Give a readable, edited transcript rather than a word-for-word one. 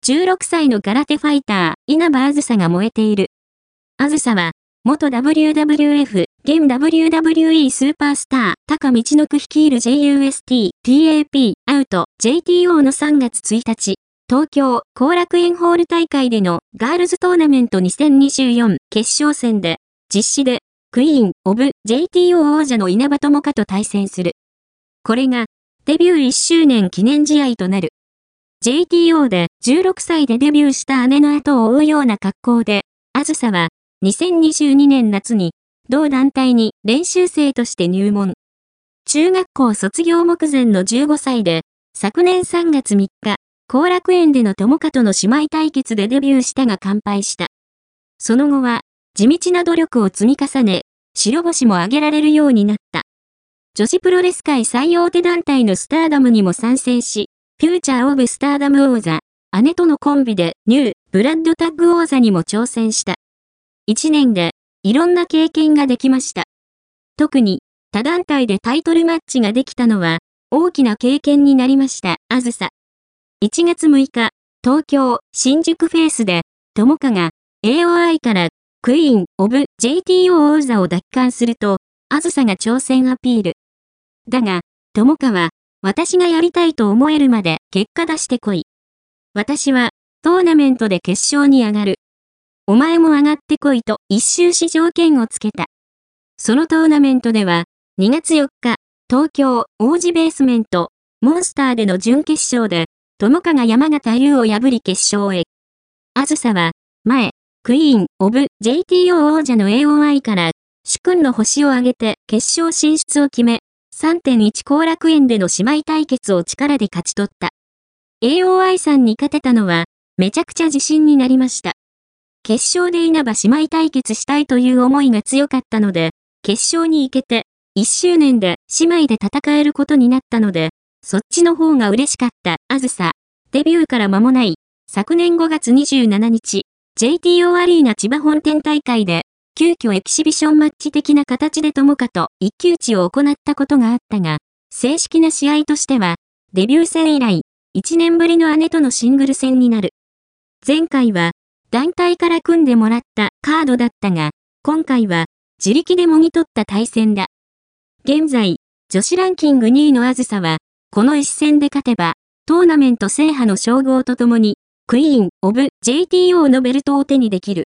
16歳の空手ファイター、稲葉あずさが燃えている。あずさは、元 WWF、現 WWE スーパースター、高道のく率いる JUST、TAP、アウト、JTO の3月1日、東京、後楽園ホール大会でのガールズトーナメント2024決勝戦で、実施で、クイーン・オブ・ JTO 王者の稲葉友香と対戦する。これが、デビュー1周年記念試合となる。JTO で16歳でデビューした姉の後を追うような格好で、あずさは2022年夏に同団体に練習生として入門。中学校卒業目前の15歳で、昨年3月3日、後楽園での友香との姉妹対決でデビューしたが完敗した。その後は地道な努力を積み重ね、白星も挙げられるようになった。女子プロレス界最大手団体のスターダムにも参戦し、フューチャーオブスターダム王座、姉とのコンビでニューブラッドタッグ王座にも挑戦した。1年でいろんな経験ができました。特に他団体でタイトルマッチができたのは大きな経験になりました。あずさ。1月6日、東京、新宿フェイスで、友香が AOI からクイーン・オブ・ JTO 王座を奪還すると、あずさが挑戦アピール。だが、友香は、私がやりたいと思えるまで結果出してこい。私はトーナメントで決勝に上がる。お前も上がってこいと一周し条件をつけた。そのトーナメントでは2月4日、東京王子ベースメントモンスターでの準決勝で友香が山形優を破り決勝へ。あずさは前、クイーン・オブ・ JTO 王者の AOI から主君の星を挙げて決勝進出を決め、3.1 後楽園での姉妹対決を力で勝ち取った。AOI さんに勝てたのは、めちゃくちゃ自信になりました。決勝で稲葉姉妹対決したいという思いが強かったので、決勝に行けて、1周年で姉妹で戦えることになったので、そっちの方が嬉しかった。あずさ、デビューから間もない、昨年5月27日、JTO アリーナ千葉本店大会で、急遽エキシビションマッチ的な形で友香と一騎打ちを行ったことがあったが、正式な試合としては、デビュー戦以来、1年ぶりの姉とのシングル戦になる。前回は、団体から組んでもらったカードだったが、今回は、自力でもぎ取った対戦だ。現在、女子ランキング2位のあずさは、この一戦で勝てば、トーナメント制覇の称号とともに、クイーン・オブ・ JTO のベルトを手にできる。